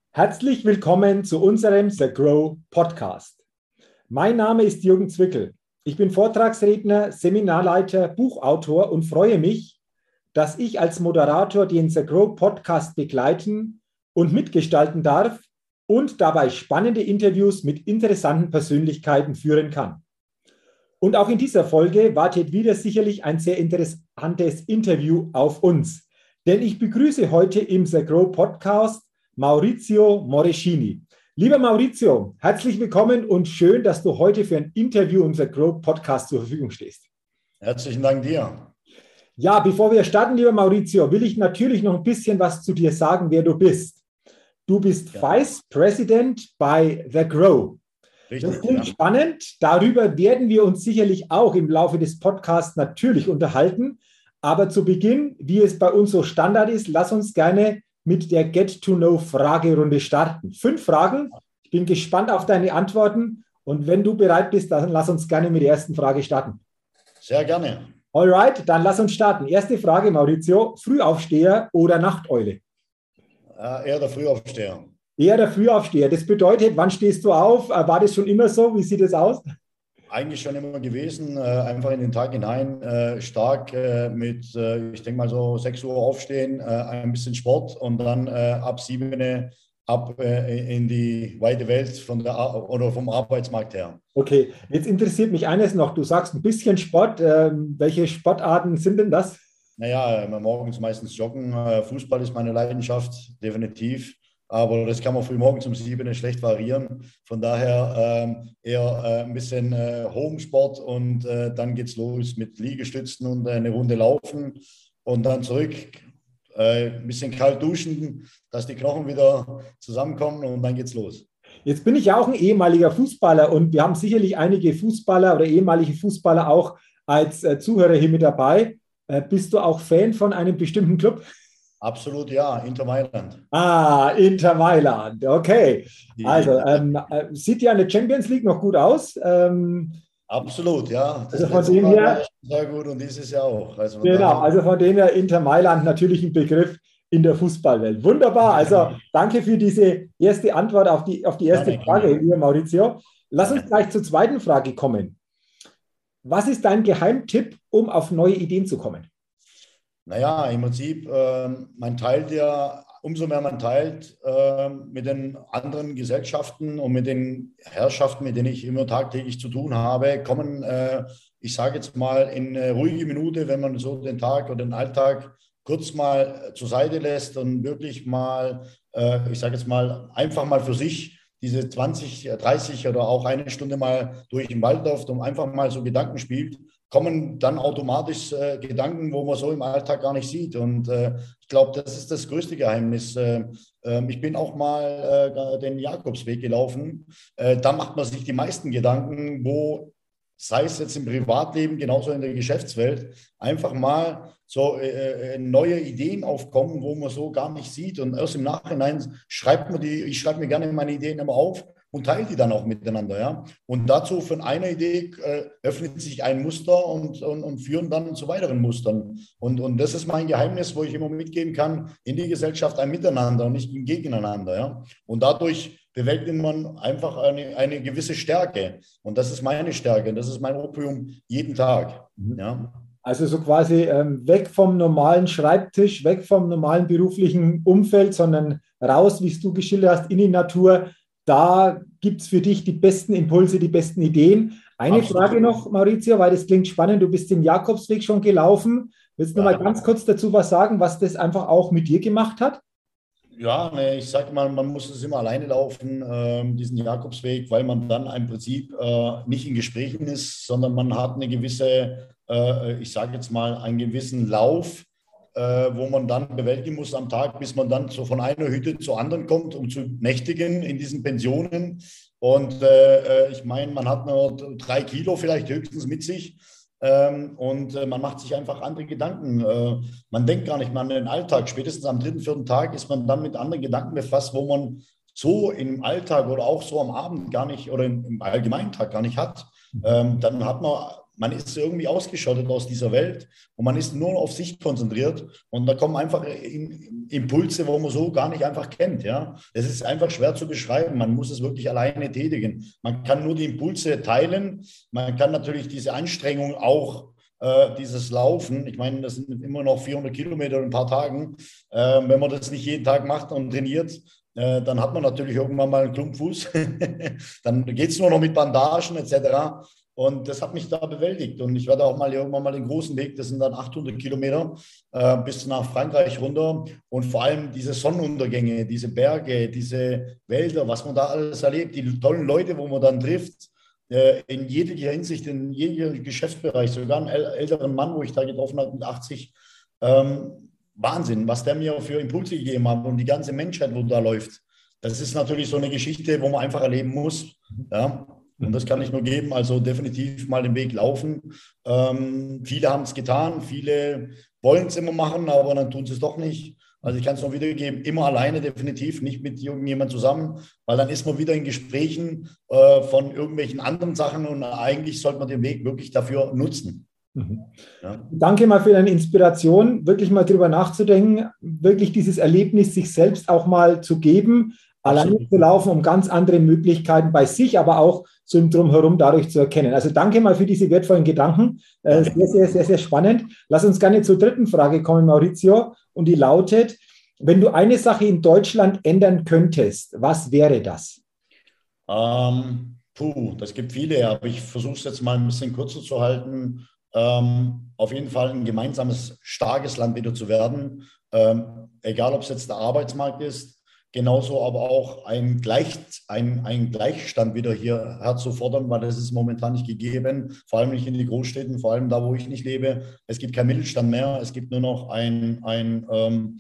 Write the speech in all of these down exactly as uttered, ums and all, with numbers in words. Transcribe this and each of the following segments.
Herzlich willkommen zu unserem The Grow Podcast. Mein Name ist Jürgen Zwickel. Ich bin Vortragsredner, Seminarleiter, Buchautor und freue mich, dass ich als Moderator den The Grow Podcast begleiten und mitgestalten darf und dabei spannende Interviews mit interessanten Persönlichkeiten führen kann. Und auch in dieser Folge wartet wieder sicherlich ein sehr interessantes Interview auf uns. Denn ich begrüße heute im The Grow Podcast Maurizio Moreschini. Lieber Maurizio, herzlich willkommen und schön, dass du heute für ein Interview im The Grow Podcast zur Verfügung stehst. Herzlichen Dank dir. Ja, bevor wir starten, lieber Maurizio, will ich natürlich noch ein bisschen was zu dir sagen, wer du bist. Du bist ja. Vice President bei The Grow. Richtig, das klingt ja. spannend. Darüber werden wir uns sicherlich auch im Laufe des Podcasts natürlich unterhalten. Aber zu Beginn, wie es bei uns so Standard ist, lass uns gerne mit der Get-to-Know-Fragerunde starten. Fünf Fragen. Ich bin gespannt auf deine Antworten. Und wenn du bereit bist, dann lass uns gerne mit der ersten Frage starten. Sehr gerne. Alright, dann lass uns starten. Erste Frage, Maurizio. Frühaufsteher oder Nachteule? Äh, eher der Frühaufsteher. Eher der Frühaufsteher. Das bedeutet, wann stehst du auf? War das schon immer so? Wie sieht es aus? Eigentlich schon immer gewesen, äh, einfach in den Tag hinein, äh, stark äh, mit, äh, ich denke mal so sechs Uhr aufstehen, äh, ein bisschen Sport und dann äh, ab sieben ab äh, in die weite Welt von der Ar- oder vom Arbeitsmarkt her. Okay, jetzt interessiert mich eines noch. Du sagst ein bisschen Sport. Ähm, welche Sportarten sind denn das? Naja, morgens meistens joggen. Äh, Fußball ist meine Leidenschaft, definitiv. Aber das kann man früh morgens um sieben schlecht variieren. Von daher ähm, eher äh, ein bisschen äh, Home-Sport und äh, dann geht's los mit Liegestützen und äh, eine Runde laufen und dann zurück. Äh, ein bisschen kalt duschen, dass die Knochen wieder zusammenkommen und dann geht's los. Jetzt bin ich ja auch ein ehemaliger Fußballer und wir haben sicherlich einige Fußballer oder ehemalige Fußballer auch als äh, Zuhörer hier mit dabei. Äh, bist du auch Fan von einem bestimmten Club? Absolut ja, Inter Mailand. Ah, Inter Mailand, okay. Also, ähm, sieht ja in der Champions League noch gut aus. Ähm, Absolut, ja. Das also von dem her, sehr gut und dieses Jahr auch. Also genau, also von dem her Inter Mailand natürlich ein Begriff in der Fußballwelt. Wunderbar, also danke für diese erste Antwort auf die, auf die erste ja, Frage, lieber Maurizio. Lass uns gleich zur zweiten Frage kommen. Was ist dein Geheimtipp, um auf neue Ideen zu kommen? Naja, im Prinzip, äh, man teilt ja, umso mehr man teilt äh, mit den anderen Gesellschaften und mit den Herrschaften, mit denen ich immer tagtäglich zu tun habe, kommen, äh, ich sage jetzt mal, in eine ruhige Minute, wenn man so den Tag oder den Alltag kurz mal zur Seite lässt und wirklich mal, äh, ich sage jetzt mal, einfach mal für sich diese zwanzig, dreißig oder auch eine Stunde mal durch den Wald läuft und einfach mal so Gedanken spielt, kommen dann automatisch äh, Gedanken, wo man so im Alltag gar nicht sieht. Und äh, ich glaube, das ist das größte Geheimnis. Äh, äh, ich bin auch mal äh, den Jakobsweg gelaufen. Äh, da macht man sich die meisten Gedanken, wo, sei es jetzt im Privatleben, genauso in der Geschäftswelt, einfach mal so äh, neue Ideen aufkommen, wo man so gar nicht sieht. Und erst im Nachhinein schreibt man die, ich schreibe mir gerne meine Ideen immer auf und teile die dann auch miteinander. Ja? Und dazu von einer Idee äh, öffnet sich ein Muster und, und, und führen dann zu weiteren Mustern. Und, und das ist mein Geheimnis, wo ich immer mitgeben kann, in die Gesellschaft ein Miteinander und nicht ein Gegeneinander. Ja? Und dadurch bewältigt man einfach eine, eine gewisse Stärke. Und das ist meine Stärke, das ist mein Opium jeden Tag. Ja? Also so quasi ähm, weg vom normalen Schreibtisch, weg vom normalen beruflichen Umfeld, sondern raus, wie es du geschildert hast, in die Natur. Da gibt es für dich die besten Impulse, die besten Ideen. Eine Absolut. Frage noch, Maurizio, weil das klingt spannend. Du bist den Jakobsweg schon gelaufen. Willst du ja. noch mal ganz kurz dazu was sagen, was das einfach auch mit dir gemacht hat? Ja, ne, ich sage mal, man muss es immer alleine laufen, äh, diesen Jakobsweg, weil man dann im Prinzip äh, nicht in Gesprächen ist, sondern man hat eine gewisse, äh, ich sage jetzt mal, einen gewissen Lauf, äh, wo man dann bewältigen muss am Tag, bis man dann so von einer Hütte zur anderen kommt, um zu nächtigen in diesen Pensionen. Und äh, ich meine, man hat nur drei Kilo vielleicht höchstens mit sich. Ähm, und äh, man macht sich einfach andere Gedanken. Äh, man denkt gar nicht mehr an den Alltag. Spätestens am dritten, vierten Tag ist man dann mit anderen Gedanken befasst, wo man so im Alltag oder auch so am Abend gar nicht oder im, im allgemeinen Tag gar nicht hat. Ähm, dann hat man man ist irgendwie ausgeschottet aus dieser Welt und man ist nur auf sich konzentriert und da kommen einfach Impulse, wo man so gar nicht einfach kennt. Ja? Es ist einfach schwer zu beschreiben, man muss es wirklich alleine tätigen. Man kann nur die Impulse teilen, man kann natürlich diese Anstrengung auch, äh, dieses Laufen, ich meine, das sind immer noch vierhundert Kilometer in ein paar Tagen, äh, wenn man das nicht jeden Tag macht und trainiert, äh, dann hat man natürlich irgendwann mal einen Klumpfuß, dann geht es nur noch mit Bandagen et cetera. Und das hat mich da bewältigt. Und ich werde auch mal irgendwann mal den großen Weg, das sind dann achthundert Kilometer, äh, bis nach Frankreich runter. Und vor allem diese Sonnenuntergänge, diese Berge, diese Wälder, was man da alles erlebt, die tollen Leute, wo man dann trifft, äh, in jeglicher Hinsicht, in jedem Geschäftsbereich, sogar einen älteren Mann, wo ich da getroffen habe mit achtzig. Ähm, Wahnsinn, was der mir für Impulse gegeben hat und die ganze Menschheit, wo da läuft. Das ist natürlich so eine Geschichte, wo man einfach erleben muss. Ja. Und das kann ich nur geben, also definitiv mal den Weg laufen. Ähm, viele haben es getan, viele wollen es immer machen, aber dann tun sie es doch nicht. Also ich kann es nur wiedergeben, immer alleine definitiv, nicht mit irgendjemandem zusammen, weil dann ist man wieder in Gesprächen äh, von irgendwelchen anderen Sachen und eigentlich sollte man den Weg wirklich dafür nutzen. Mhm. Ja. Danke mal für deine Inspiration, wirklich mal drüber nachzudenken, wirklich dieses Erlebnis sich selbst auch mal zu geben, alleine zu laufen, um ganz andere Möglichkeiten bei sich, aber auch so im Drumherum dadurch zu erkennen. Also danke mal für diese wertvollen Gedanken. Äh, sehr, sehr, sehr, sehr spannend. Lass uns gerne zur dritten Frage kommen, Maurizio. Und die lautet, wenn du eine Sache in Deutschland ändern könntest, was wäre das? Ähm, puh, das gibt viele, aber ich versuche es jetzt mal ein bisschen kürzer zu halten. Ähm, auf jeden Fall ein gemeinsames, starkes Land wieder zu werden. Ähm, egal, ob es jetzt der Arbeitsmarkt ist, genauso aber auch ein, Gleich, ein, ein Gleichstand wieder hierher zu fordern, weil das ist momentan nicht gegeben, vor allem nicht in den Großstädten, vor allem da, wo ich nicht lebe. Es gibt keinen Mittelstand mehr, es gibt nur noch ein, ein ähm,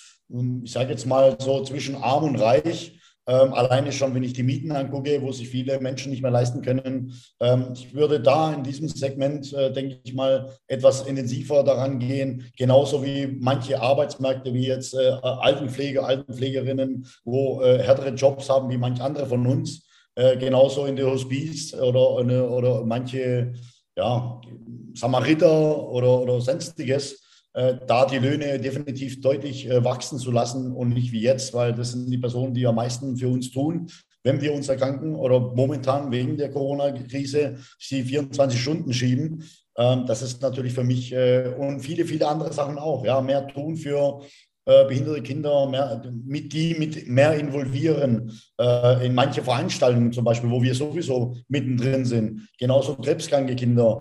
ich sage jetzt mal so zwischen arm und reich. Ähm, alleine schon, wenn ich die Mieten angucke, wo sich viele Menschen nicht mehr leisten können. Ähm, ich würde da in diesem Segment, äh, denke ich mal, etwas intensiver daran gehen. Genauso wie manche Arbeitsmärkte, wie jetzt äh, Altenpfleger, Altenpflegerinnen, wo äh, härtere Jobs haben wie manche andere von uns. Äh, genauso in der Hospiz oder, oder, oder manche ja, Samariter oder, oder sonstiges. Da die Löhne definitiv deutlich wachsen zu lassen und nicht wie jetzt, weil das sind die Personen, die am meisten für uns tun, wenn wir uns erkranken oder momentan wegen der Corona-Krise sie vierundzwanzig Stunden schieben. Das ist natürlich für mich und viele, viele andere Sachen auch. Ja, mehr tun für behinderte Kinder, mehr, mit die mit mehr involvieren in manche Veranstaltungen zum Beispiel, wo wir sowieso mittendrin sind. Genauso krebskranke Kinder,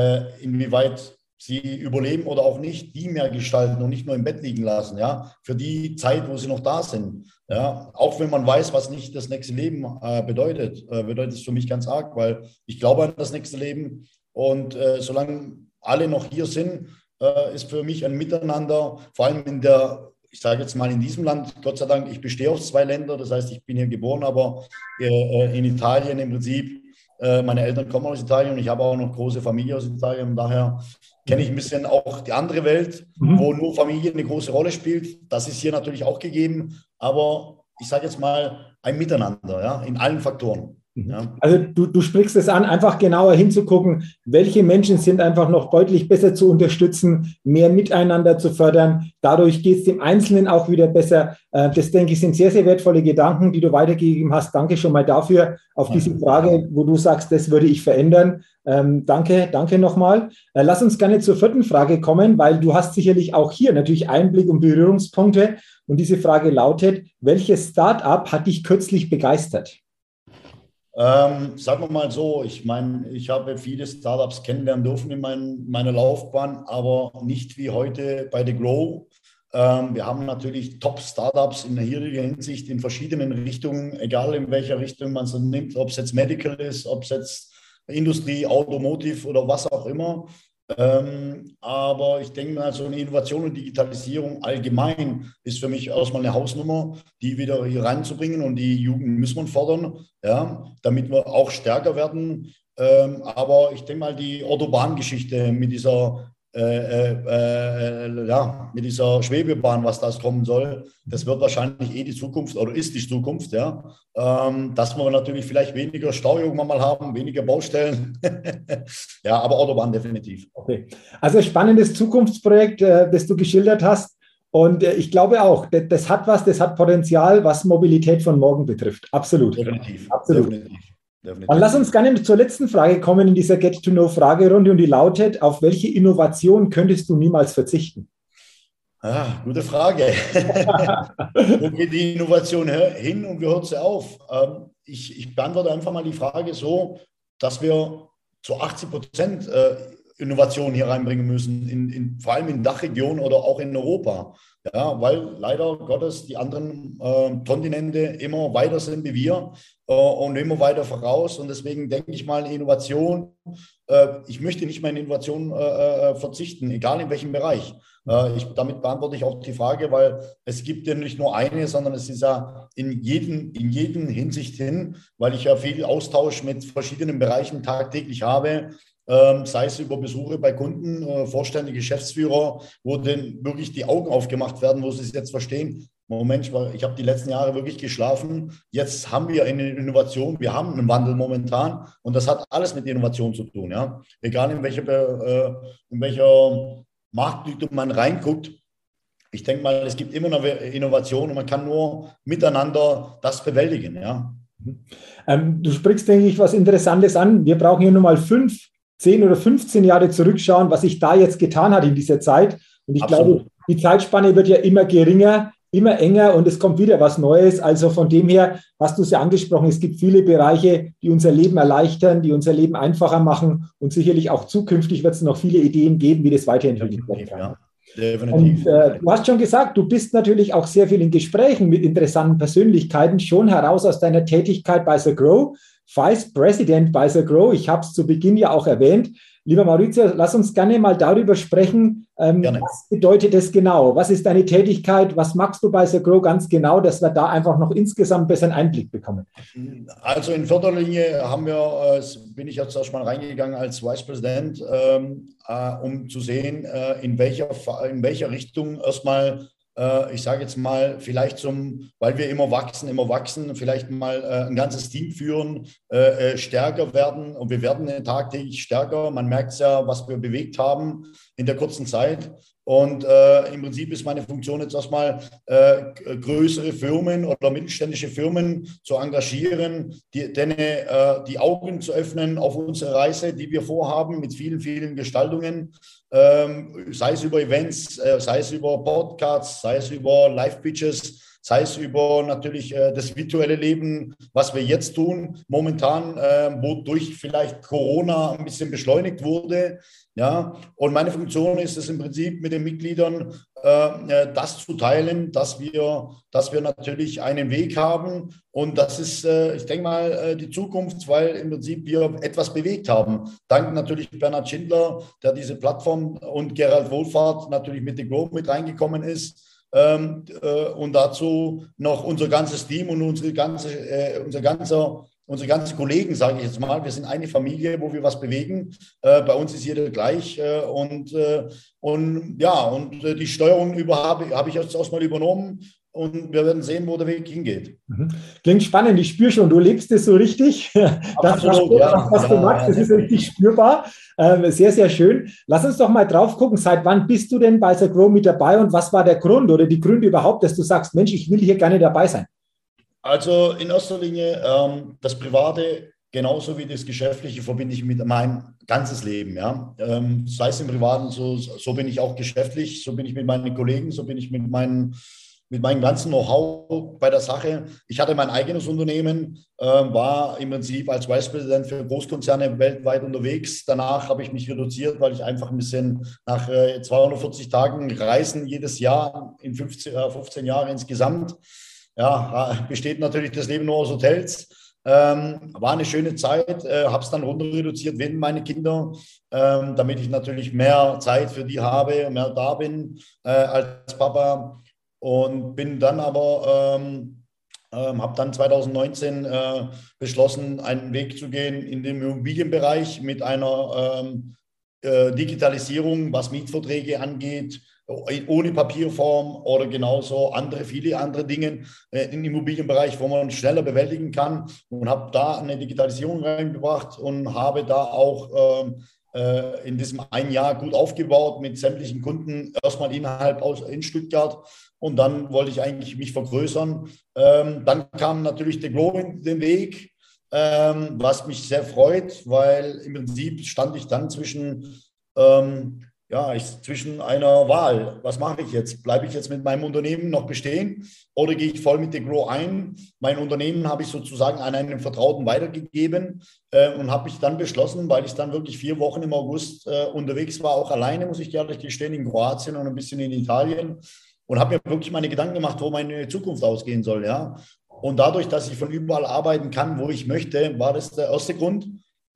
inwieweit sie überleben oder auch nicht, die mehr gestalten und nicht nur im Bett liegen lassen, ja, für die Zeit, wo sie noch da sind, ja, auch wenn man weiß, was nicht das nächste Leben äh, bedeutet, äh, bedeutet es für mich ganz arg, weil ich glaube an das nächste Leben und äh, solange alle noch hier sind, äh, ist für mich ein Miteinander, vor allem in der, ich sage jetzt mal in diesem Land, Gott sei Dank, ich bestehe aus zwei Ländern, das heißt, ich bin hier geboren, aber äh, in Italien im Prinzip, äh, meine Eltern kommen aus Italien und ich habe auch noch große Familie aus Italien und daher kenne ich ein bisschen auch die andere Welt, mhm. wo nur Familie eine große Rolle spielt. Das ist hier natürlich auch gegeben, aber ich sage jetzt mal ein Miteinander, ja, in allen Faktoren. Ja. Also du, du sprichst es an, einfach genauer hinzugucken, welche Menschen sind einfach noch deutlich besser zu unterstützen, mehr miteinander zu fördern. Dadurch geht es dem Einzelnen auch wieder besser. Das, denke ich, sind sehr, sehr wertvolle Gedanken, die du weitergegeben hast. Danke schon mal dafür, auf diese Frage, wo du sagst, das würde ich verändern. Ähm, danke, danke nochmal. Äh, lass uns gerne zur vierten Frage kommen, weil du hast sicherlich auch hier natürlich Einblick und Berührungspunkte. Und diese Frage lautet, welches Start-up hat dich kürzlich begeistert? Ähm, sagen wir mal so, ich meine, ich habe viele Startups kennenlernen dürfen in mein, meiner Laufbahn, aber nicht wie heute bei The Grow. Ähm, wir haben natürlich Top-Startups in jeder Hinsicht in verschiedenen Richtungen, egal in welcher Richtung man es nimmt, ob es jetzt Medical ist, ob es jetzt Industrie, Automotive oder was auch immer. Ähm, aber ich denke mal, so eine Innovation und Digitalisierung allgemein ist für mich erstmal eine Hausnummer, die wieder hier reinzubringen und die Jugend müssen wir fordern, ja, damit wir auch stärker werden. Ähm, aber ich denke mal, die Autobahngeschichte mit dieser äh, äh, ja, mit dieser Schwebebahn, was das kommen soll, das wird wahrscheinlich eh die Zukunft oder ist die Zukunft, ja. Ähm, dass wir natürlich vielleicht weniger Stau irgendwann mal haben, weniger Baustellen. Ja, aber Autobahn definitiv. Okay. Also spannendes Zukunftsprojekt, äh, das du geschildert hast. Und äh, ich glaube auch, das, das hat was, das hat Potenzial, was Mobilität von morgen betrifft. Absolut. Definitiv. Absolut. Definitiv. Definitiv. Dann lass uns gerne zur letzten Frage kommen in dieser Get-to-Know-Fragerunde und die lautet, auf welche Innovation könntest du niemals verzichten? Ah, gute Frage. Wo geht die Innovation hin und wie hört sie auf? Ähm, ich, ich beantworte einfach mal die Frage so, dass wir zu achtzig Prozent äh, Innovation hier reinbringen müssen, in, in, vor allem in Dachregionen oder auch in Europa. Ja, weil leider Gottes die anderen äh, Kontinente immer weiter sind wie wir äh, und immer weiter voraus. Und deswegen denke ich mal, Innovation, äh, ich möchte nicht mehr in Innovation äh, verzichten, egal in welchem Bereich. Äh, ich, damit beantworte ich auch die Frage, weil es gibt ja nicht nur eine, sondern es ist ja in jedem, in jedem Hinsicht hin, weil ich ja viel Austausch mit verschiedenen Bereichen tagtäglich habe. Ähm, sei es über Besuche bei Kunden, äh, Vorstände, Geschäftsführer, wo denn wirklich die Augen aufgemacht werden, wo sie es jetzt verstehen. Moment, ich habe die letzten Jahre wirklich geschlafen. Jetzt haben wir eine Innovation, wir haben einen Wandel momentan und das hat alles mit Innovation zu tun. Ja? Egal in welcher, äh, in welcher Marktblüte man reinguckt. Ich denke mal, es gibt immer eine Innovation und man kann nur miteinander das bewältigen. Ja? Ähm, du sprichst, denke ich, was Interessantes an. Wir brauchen hier nur mal fünf zehn oder fünfzehn Jahre zurückschauen, was sich da jetzt getan hat in dieser Zeit. Und ich Absolut. glaube, die Zeitspanne wird ja immer geringer, immer enger und es kommt wieder was Neues. Also von dem her hast du es ja angesprochen, es gibt viele Bereiche, die unser Leben erleichtern, die unser Leben einfacher machen und sicherlich auch zukünftig wird es noch viele Ideen geben, wie das weiterentwickelt werden kann. Ja. Und äh, du hast schon gesagt, du bist natürlich auch sehr viel in Gesprächen mit interessanten Persönlichkeiten, schon heraus aus deiner Tätigkeit bei The Grow, Vice President bei The Grow. Ich habe es zu Beginn ja auch erwähnt. Lieber Maurizio, lass uns gerne mal darüber sprechen. Ähm, was bedeutet das genau? Was ist deine Tätigkeit? Was machst du bei The Grow ganz genau, dass wir da einfach noch insgesamt besser einen Einblick bekommen? Also in vierter Linie haben wir, äh, bin ich jetzt erstmal reingegangen als Vice President, ähm, äh, um zu sehen, äh, in welcher, in welcher Richtung erstmal ich sage jetzt mal, vielleicht zum, weil wir immer wachsen, immer wachsen, vielleicht mal äh, ein ganzes Team führen, äh, stärker werden und wir werden tagtäglich stärker. Man merkt es ja, was wir bewegt haben in der kurzen Zeit. Und äh, im Prinzip ist meine Funktion jetzt erstmal, äh, größere Firmen oder mittelständische Firmen zu engagieren, die, denen äh, die Augen zu öffnen auf unsere Reise, die wir vorhaben, mit vielen, vielen Gestaltungen, ähm, sei es über Events, äh, sei es über Podcasts, sei es über Live-Pitches, sei es über natürlich äh, das virtuelle Leben, was wir jetzt tun, momentan, äh, wodurch vielleicht Corona ein bisschen beschleunigt wurde. Ja, und meine Funktion ist es im Prinzip mit den Mitgliedern, äh, das zu teilen, dass wir, dass wir natürlich einen Weg haben. Und das ist, äh, ich denke mal, äh, die Zukunft, weil im Prinzip wir etwas bewegt haben. Dank natürlich Bernhard Schindler, der diese Plattform und Gerald Wohlfahrt natürlich mit The Grow mit reingekommen ist. Ähm, äh, und dazu noch unser ganzes Team und unsere ganze, äh, unser ganzer Unsere ganzen Kollegen, sage ich jetzt mal, wir sind eine Familie, wo wir was bewegen. Äh, bei uns ist jeder gleich. Äh, und, äh, und ja, und äh, die Steuerung über habe, habe ich jetzt erstmal übernommen. Und wir werden sehen, wo der Weg hingeht. Klingt spannend. Ich spüre schon, du lebst es so richtig. Das, Absolut, was, ja. was du ja, magst, ja, das ist richtig spürbar. Ähm, sehr, sehr schön. Lass uns doch mal drauf gucken. Seit wann bist du denn bei The Grow mit dabei und was war der Grund oder die Gründe überhaupt, dass du sagst, Mensch, ich will hier gerne dabei sein? Also in erster Linie ähm, das Private genauso wie das Geschäftliche verbinde ich mit meinem ganzes Leben. Ja? Ähm, sei es im Privaten, so, so bin ich auch geschäftlich, so bin ich mit meinen Kollegen, so bin ich mit meinen, mit meinem ganzen Know-how bei der Sache. Ich hatte mein eigenes Unternehmen, äh, war im Prinzip als Vice President für Großkonzerne weltweit unterwegs. Danach habe ich mich reduziert, weil ich einfach ein bisschen nach äh, zweihundertvierzig Tagen Reisen jedes Jahr in fünfzehn, äh, fünfzehn Jahren insgesamt. Ja, besteht natürlich das Leben nur aus Hotels. Ähm, war eine schöne Zeit, äh, habe es dann runter reduziert wegen meine Kinder, ähm, damit ich natürlich mehr Zeit für die habe, mehr da bin äh, als Papa. Und bin dann aber, ähm, ähm, habe dann zwanzig neunzehn äh, beschlossen, einen Weg zu gehen in den Immobilienbereich mit einer ähm, äh, Digitalisierung, was Mietverträge angeht, ohne Papierform oder genauso andere, viele andere Dinge äh, im Immobilienbereich, wo man schneller bewältigen kann, und habe da eine Digitalisierung reingebracht und habe da auch ähm, äh, in diesem ein Jahr gut aufgebaut mit sämtlichen Kunden, erstmal innerhalb aus, in Stuttgart, und dann wollte ich eigentlich mich vergrößern. Ähm, dann kam natürlich der Grow in den Weg, ähm, was mich sehr freut, weil im Prinzip stand ich dann zwischen ähm, ja, ich, zwischen einer Wahl. Was mache ich jetzt? Bleibe ich jetzt mit meinem Unternehmen noch bestehen oder gehe ich voll mit der Grow ein? Mein Unternehmen habe ich sozusagen an einen Vertrauten weitergegeben äh, und habe mich dann beschlossen, weil ich dann wirklich vier Wochen im August äh, unterwegs war, auch alleine, muss ich ehrlich gestehen, in Kroatien und ein bisschen in Italien, und habe mir wirklich meine Gedanken gemacht, wo meine Zukunft ausgehen soll. Ja? Und dadurch, dass ich von überall arbeiten kann, wo ich möchte, war das der erste Grund.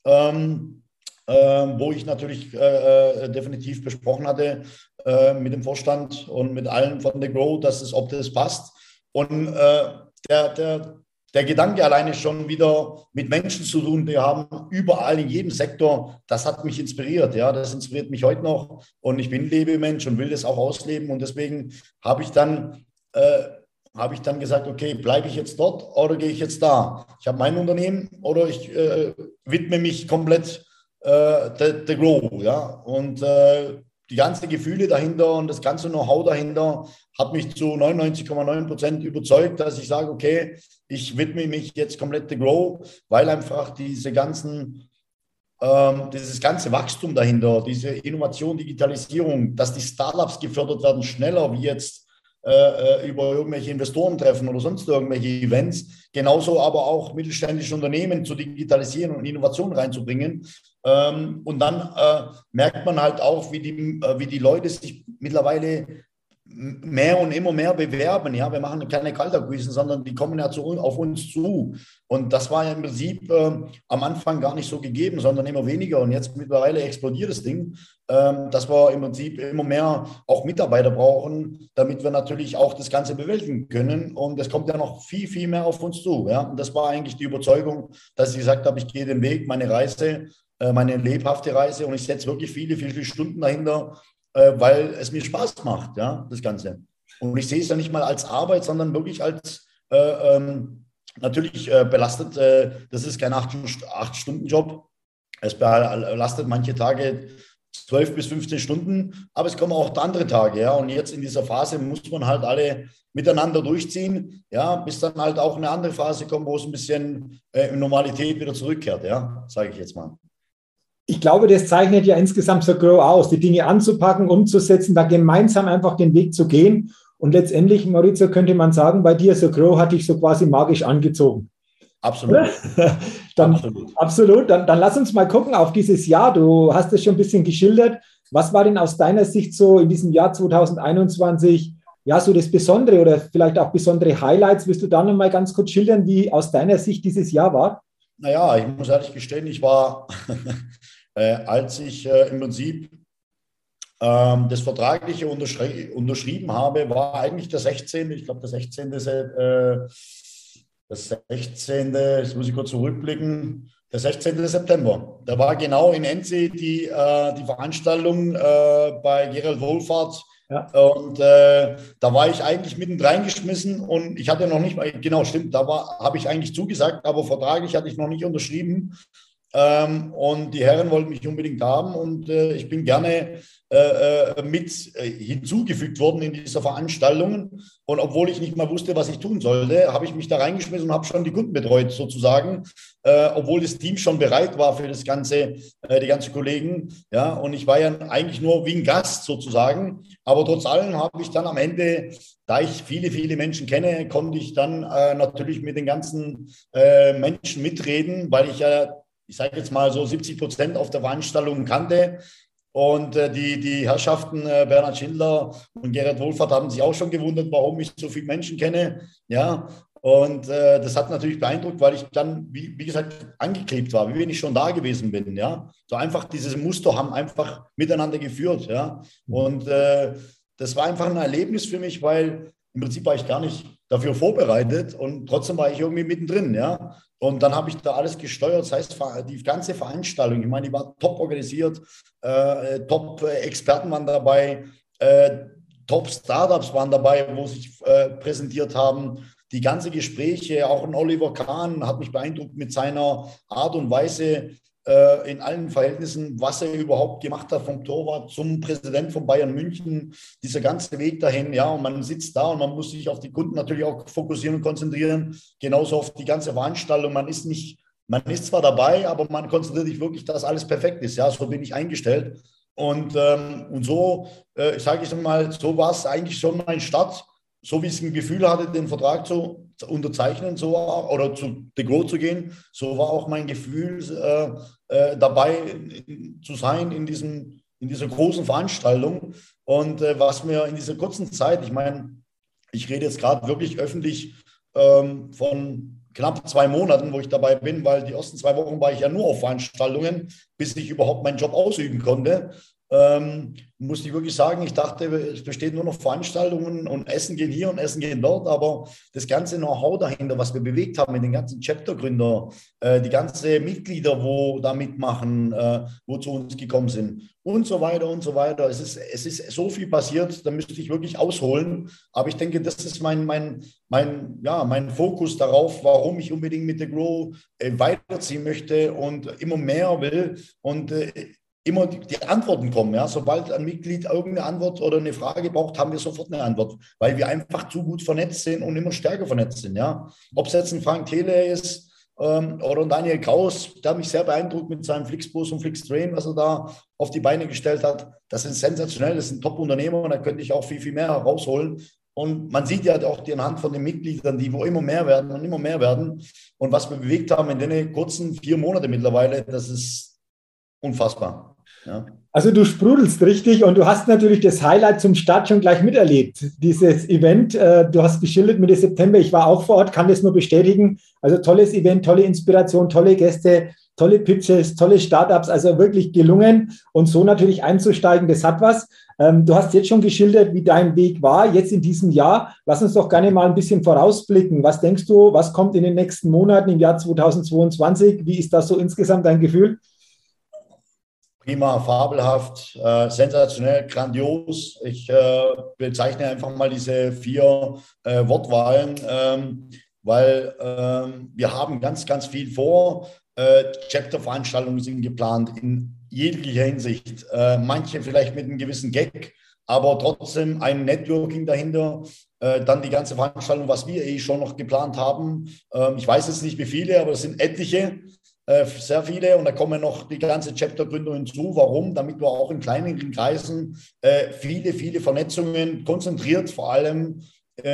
Ähm, Ähm, wo ich natürlich äh, definitiv besprochen hatte äh, mit dem Vorstand und mit allen von The Grow, dass es, ob das passt. Und äh, der, der, der Gedanke alleine schon wieder mit Menschen zu tun, die haben überall in jedem Sektor, das hat mich inspiriert. Ja, das inspiriert mich heute noch, und ich bin Lebemensch und will das auch ausleben, und deswegen habe ich dann äh, habe ich dann gesagt, okay, bleibe ich jetzt dort oder gehe ich jetzt da? Ich habe mein Unternehmen oder ich äh, widme mich komplett der uh, Grow, ja, und uh, die ganzen Gefühle dahinter und das ganze Know-how dahinter hat mich zu neunundneunzig Komma neun Prozent überzeugt, dass ich sage, okay, ich widme mich jetzt komplett der Grow, weil einfach diese ganzen, ähm, dieses ganze Wachstum dahinter, diese Innovation, Digitalisierung, dass die Startups gefördert werden, schneller wie jetzt äh, über irgendwelche Investorentreffen oder sonst irgendwelche Events, genauso aber auch mittelständische Unternehmen zu digitalisieren und Innovationen reinzubringen. Ähm, und dann äh, merkt man halt auch, wie die, äh, wie die Leute sich mittlerweile mehr und immer mehr bewerben. Ja, wir machen keine Kaltakquisen, sondern die kommen ja zu, auf uns zu. Und das war ja im Prinzip äh, am Anfang gar nicht so gegeben, sondern immer weniger. Und jetzt mittlerweile explodiert das Ding, äh, dass wir im Prinzip immer mehr auch Mitarbeiter brauchen, damit wir natürlich auch das Ganze bewältigen können. Und es kommt ja noch viel, viel mehr auf uns zu. Ja? Und das war eigentlich die Überzeugung, dass ich gesagt habe, ich gehe den Weg, meine Reise, äh, meine lebhafte Reise, und ich setze wirklich viele, viele, viele Stunden dahinter, weil es mir Spaß macht, ja, das Ganze. Und ich sehe es ja nicht mal als Arbeit, sondern wirklich als äh, ähm, natürlich äh, belastet. Äh, das ist kein acht-Stunden-Job. Es belastet manche Tage zwölf bis fünfzehn Stunden, aber es kommen auch andere Tage, ja. Und jetzt in dieser Phase muss man halt alle miteinander durchziehen, ja, bis dann halt auch eine andere Phase kommt, wo es ein bisschen äh, in Normalität wieder zurückkehrt, ja, sage ich jetzt mal. Ich glaube, das zeichnet ja insgesamt so Grow aus, die Dinge anzupacken, umzusetzen, da gemeinsam einfach den Weg zu gehen. Und letztendlich, Maurizio, könnte man sagen, bei dir so Grow hat dich so quasi magisch angezogen. Absolut. dann, absolut. Absolut. Dann, dann lass uns mal gucken auf dieses Jahr. Du hast es schon ein bisschen geschildert. Was war denn aus deiner Sicht so in diesem Jahr zwanzig einundzwanzig, ja, so das Besondere oder vielleicht auch besondere Highlights? Willst du da noch mal ganz kurz schildern, wie aus deiner Sicht dieses Jahr war? Naja, ich muss ehrlich gestehen, ich war... Äh, als ich äh, im Prinzip ähm, das Vertragliche unterschri unterschrieben habe, war eigentlich der sechzehnte, ich glaube der sechzehnte, äh, das sechzehnte, jetzt muss ich kurz zurückblicken, der sechzehnte September. Da war genau in Enzi die, äh, die Veranstaltung äh, bei Gerald Wohlfahrt. Ja. Und äh, da war ich eigentlich mitten reingeschmissen, und ich hatte noch nicht mal, genau, stimmt, da habe ich eigentlich zugesagt, aber vertraglich hatte ich noch nicht unterschrieben. Ähm, und die Herren wollten mich unbedingt haben, und äh, ich bin gerne äh, mit äh, hinzugefügt worden in dieser Veranstaltung. Und obwohl ich nicht mal wusste, was ich tun sollte, habe ich mich da reingeschmissen und habe schon die Kunden betreut sozusagen, äh, obwohl das Team schon bereit war für das Ganze, äh, die ganzen Kollegen. Ja, und ich war ja eigentlich nur wie ein Gast sozusagen. Aber trotz allem habe ich dann am Ende, da ich viele, viele Menschen kenne, konnte ich dann äh, natürlich mit den ganzen äh, Menschen mitreden, weil ich ja, ich sage jetzt mal so siebzig Prozent auf der Veranstaltung kannte. Und äh, die, die Herrschaften äh, Bernhard Schindler und Gerhard Wohlfahrt haben sich auch schon gewundert, warum ich so viele Menschen kenne. Ja, und äh, das hat natürlich beeindruckt, weil ich dann, wie, wie gesagt, angeklebt war, wie wenn ich schon da gewesen bin. Ja, so einfach dieses Muster haben einfach miteinander geführt. Ja, und äh, das war einfach ein Erlebnis für mich, weil im Prinzip war ich gar nicht dafür vorbereitet und trotzdem war ich irgendwie mittendrin, ja. Und dann habe ich da alles gesteuert, das heißt, die ganze Veranstaltung, ich meine, die war top organisiert, äh, Top-Experten waren dabei, äh, Top-Startups waren dabei, wo sich äh, präsentiert haben. Die ganzen Gespräche, auch ein Oliver Kahn hat mich beeindruckt mit seiner Art und Weise, äh, in allen Verhältnissen, was er überhaupt gemacht hat, vom Torwart zum Präsident von Bayern München, dieser ganze Weg dahin, ja, und man sitzt da und man muss sich auf die Kunden natürlich auch fokussieren und konzentrieren, genauso auf die ganze Veranstaltung. Man ist nicht, man ist zwar dabei, aber man konzentriert sich wirklich, dass alles perfekt ist, ja, so bin ich eingestellt. Und, ähm, und so, äh, sage ich mal, so war es eigentlich schon mein Start, so wie ich ein Gefühl hatte, den Vertrag zu unterzeichnen so, oder zu The Grow zu gehen, so war auch mein Gefühl, äh, äh, dabei zu sein in, diesem, in dieser großen Veranstaltung. Und äh, was mir in dieser kurzen Zeit, ich meine, ich rede jetzt gerade wirklich öffentlich ähm, von knapp zwei Monaten, wo ich dabei bin, weil die ersten zwei Wochen war ich ja nur auf Veranstaltungen, bis ich überhaupt meinen Job ausüben konnte. Ähm, muss ich wirklich sagen, ich dachte, es besteht nur noch Veranstaltungen und Essen gehen hier und Essen gehen dort, aber das ganze Know-how dahinter, was wir bewegt haben mit den ganzen Chaptergründern, äh, die ganzen Mitglieder, wo da mitmachen, äh, wo zu uns gekommen sind und so weiter und so weiter. Es ist, es ist so viel passiert, da müsste ich wirklich ausholen, aber ich denke, das ist mein, mein, mein, ja, mein Fokus darauf, warum ich unbedingt mit The Grow äh, weiterziehen möchte und immer mehr will und äh, immer die, die Antworten kommen. Ja? Sobald ein Mitglied irgendeine Antwort oder eine Frage braucht, haben wir sofort eine Antwort, weil wir einfach zu gut vernetzt sind und immer stärker vernetzt sind. Ja? Ob es jetzt ein Frank Thele ist ähm, oder ein Daniel Kraus, der hat mich sehr beeindruckt mit seinem Flixbus und Flixtrain, was er da auf die Beine gestellt hat. Das ist sensationell, das sind Top-Unternehmer und da könnte ich auch viel, viel mehr herausholen. Und man sieht ja auch die anhand von den Mitgliedern, die wo immer mehr werden und immer mehr werden. Und was wir bewegt haben in den kurzen vier Monaten mittlerweile, das ist unfassbar. Ja. Also du sprudelst richtig und du hast natürlich das Highlight zum Start schon gleich miterlebt. Dieses Event, äh, du hast geschildert Mitte September, ich war auch vor Ort, kann das nur bestätigen. Also tolles Event, tolle Inspiration, tolle Gäste, tolle Pitches, tolle Startups, also wirklich gelungen. Und so natürlich einzusteigen, das hat was. Ähm, du hast jetzt schon geschildert, wie dein Weg war, jetzt in diesem Jahr. Lass uns doch gerne mal ein bisschen vorausblicken. Was denkst du, was kommt in den nächsten Monaten im Jahr zweitausendzweiundzwanzig? Wie ist das so insgesamt dein Gefühl? Prima, fabelhaft, äh, sensationell, grandios. Ich äh, bezeichne einfach mal diese vier äh, Wortwahlen, ähm, weil ähm, wir haben ganz, ganz viel vor. Äh, Chapter-Veranstaltungen sind geplant in jeglicher Hinsicht. Äh, manche vielleicht mit einem gewissen Gag, aber trotzdem ein Networking dahinter. Äh, dann die ganze Veranstaltung, was wir eh schon noch geplant haben. Ähm, ich weiß jetzt nicht, wie viele, aber es sind etliche. Sehr viele und da kommen noch die ganze Chapter-Gründung hinzu. Warum? Damit wir auch in kleineren Kreisen äh, viele, viele Vernetzungen konzentriert, vor allem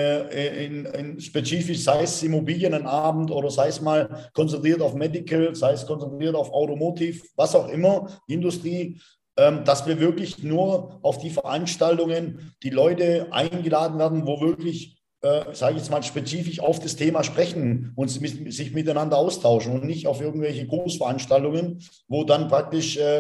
äh, in, in spezifisch, sei es Immobilienabend oder sei es mal konzentriert auf Medical, sei es konzentriert auf Automotive, was auch immer, Industrie, ähm, dass wir wirklich nur auf die Veranstaltungen die Leute eingeladen werden, wo wirklich Äh, sage ich jetzt mal, spezifisch auf das Thema sprechen und sich miteinander austauschen und nicht auf irgendwelche Großveranstaltungen, wo dann praktisch äh,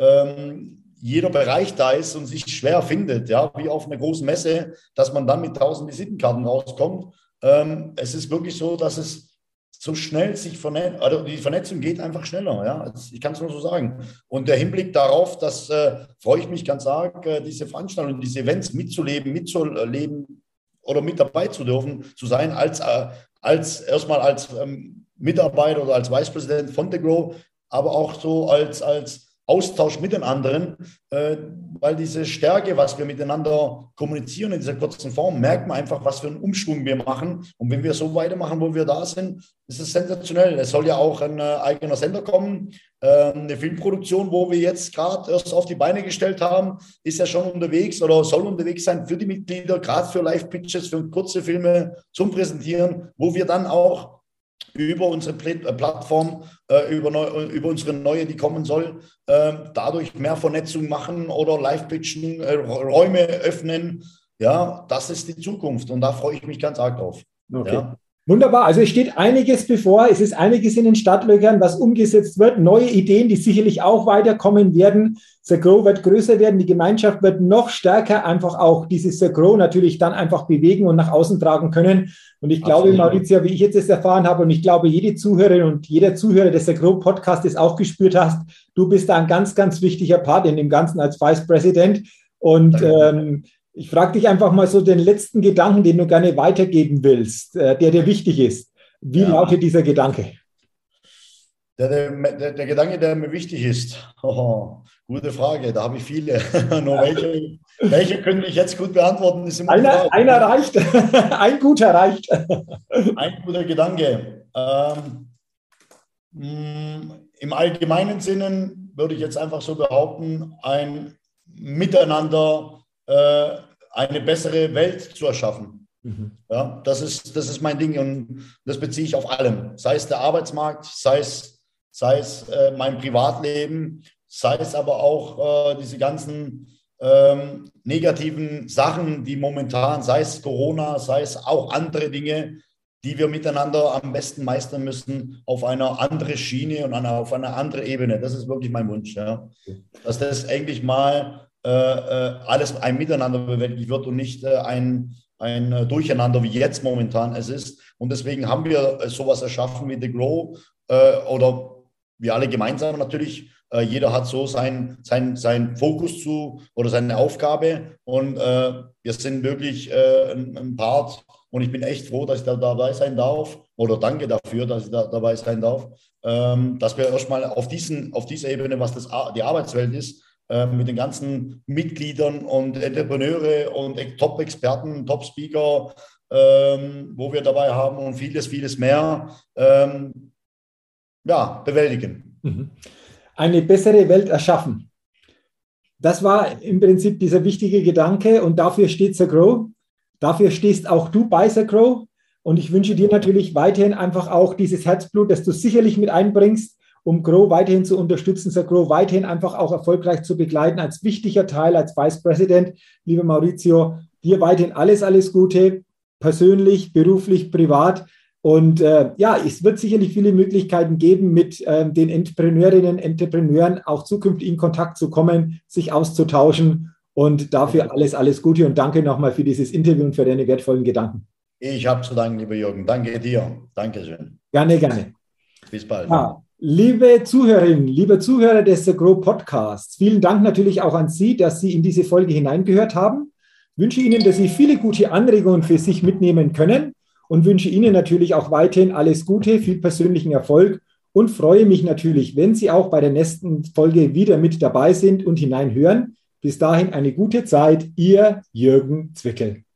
ähm, jeder Bereich da ist und sich schwer findet, ja, wie auf einer großen Messe, dass man dann mit tausend Visitenkarten rauskommt. Ähm, es ist wirklich so, dass es so schnell sich vernetzt, also die Vernetzung geht einfach schneller, ja, ich kann es nur so sagen. Und der Hinblick darauf, das äh, freue ich mich ganz arg, äh, diese Veranstaltungen, diese Events mitzuleben, mitzuleben, oder mit dabei zu dürfen, zu sein, als, äh, als erstmal als ähm, Mitarbeiter oder als Vice President von The Grow, aber auch so als, als Austausch mit den anderen, äh, weil diese Stärke, was wir miteinander kommunizieren in dieser kurzen Form, merkt man einfach, was für einen Umschwung wir machen. Und wenn wir so weitermachen, wo wir da sind, ist es sensationell. Es soll ja auch ein äh, eigener Sender kommen, äh, eine Filmproduktion, wo wir jetzt gerade erst auf die Beine gestellt haben, ist ja schon unterwegs oder soll unterwegs sein für die Mitglieder, gerade für Live-Pitches, für kurze Filme zum Präsentieren, wo wir dann auch über unsere Plattform, äh, über, neu, über unsere neue, die kommen soll, äh, dadurch mehr Vernetzung machen oder Live-Pitchen, äh, Räume öffnen. Ja, das ist die Zukunft und da freue ich mich ganz arg drauf. Okay. Ja. Wunderbar. Also es steht einiges bevor. Es ist einiges in den Startlöchern, was umgesetzt wird. Neue Ideen, die sicherlich auch weiterkommen werden. The Grow wird größer werden. Die Gemeinschaft wird noch stärker einfach auch dieses The Grow natürlich dann einfach bewegen und nach außen tragen können. Und ich glaube, Absolut. Maurizio, wie ich jetzt das erfahren habe, und ich glaube, jede Zuhörerin und jeder Zuhörer des The Grow Podcasts auch gespürt hast, du bist da ein ganz, ganz wichtiger Part in dem Ganzen als Vice President. Und ähm, ich frage dich einfach mal so den letzten Gedanken, den du gerne weitergeben willst, der dir wichtig ist. Wie ja. lautet dieser Gedanke? Der, der, der Gedanke, der mir wichtig ist, oh, gute Frage, da habe ich viele. Nur welche, welche könnte ich jetzt gut beantworten? Ist immer einer, einer reicht, ein guter reicht. Ein guter Gedanke. Ähm, mh, Im allgemeinen Sinne würde ich jetzt einfach so behaupten, ein Miteinander eine bessere Welt zu erschaffen. Mhm. Ja, das ist, das ist mein Ding und das beziehe ich auf allem. Sei es der Arbeitsmarkt, sei es, sei es äh, mein Privatleben, sei es aber auch äh, diese ganzen ähm, negativen Sachen, die momentan, sei es Corona, sei es auch andere Dinge, die wir miteinander am besten meistern müssen, auf einer anderen Schiene und eine, auf einer anderen Ebene. Das ist wirklich mein Wunsch. Ja. Dass das endlich mal äh, alles ein Miteinander bewältigt wird und nicht äh, ein, ein Durcheinander, wie jetzt momentan es ist. Und deswegen haben wir sowas erschaffen wie The Grow äh, oder wir alle gemeinsam natürlich. Äh, jeder hat so seinen sein, sein Fokus zu oder seine Aufgabe und äh, wir sind wirklich äh, ein, ein Part. Und ich bin echt froh, dass ich da dabei sein darf. Oder danke dafür, dass ich da dabei sein darf. Ähm, dass wir erstmal auf, diesen, auf dieser Ebene, was das, die Arbeitswelt ist, äh, mit den ganzen Mitgliedern und Entrepreneure und Top-Experten, Top-Speaker, ähm, wo wir dabei haben und vieles, vieles mehr, ähm, ja, bewältigen. Eine bessere Welt erschaffen. Das war im Prinzip dieser wichtige Gedanke und dafür steht The Grow. Dafür stehst auch du bei The Grow und ich wünsche dir natürlich weiterhin einfach auch dieses Herzblut, das du sicherlich mit einbringst, um Grow weiterhin zu unterstützen, The Grow weiterhin einfach auch erfolgreich zu begleiten als wichtiger Teil, als Vice President. Lieber Maurizio, dir weiterhin alles, alles Gute, persönlich, beruflich, privat. Und äh, ja, es wird sicherlich viele Möglichkeiten geben, mit äh, den Entrepreneurinnen, Entrepreneuren auch zukünftig in Kontakt zu kommen, sich auszutauschen. Und dafür alles, alles Gute und danke nochmal für dieses Interview und für deine wertvollen Gedanken. Ich habe zu danken, lieber Jürgen. Danke dir. Dankeschön. Gerne, gerne. Bis bald. Ja, liebe Zuhörerinnen, liebe Zuhörer des The Grow Podcasts, vielen Dank natürlich auch an Sie, dass Sie in diese Folge hineingehört haben. Ich wünsche Ihnen, dass Sie viele gute Anregungen für sich mitnehmen können und wünsche Ihnen natürlich auch weiterhin alles Gute, viel persönlichen Erfolg und freue mich natürlich, wenn Sie auch bei der nächsten Folge wieder mit dabei sind und hineinhören. Bis dahin eine gute Zeit, Ihr Jürgen Zwickel.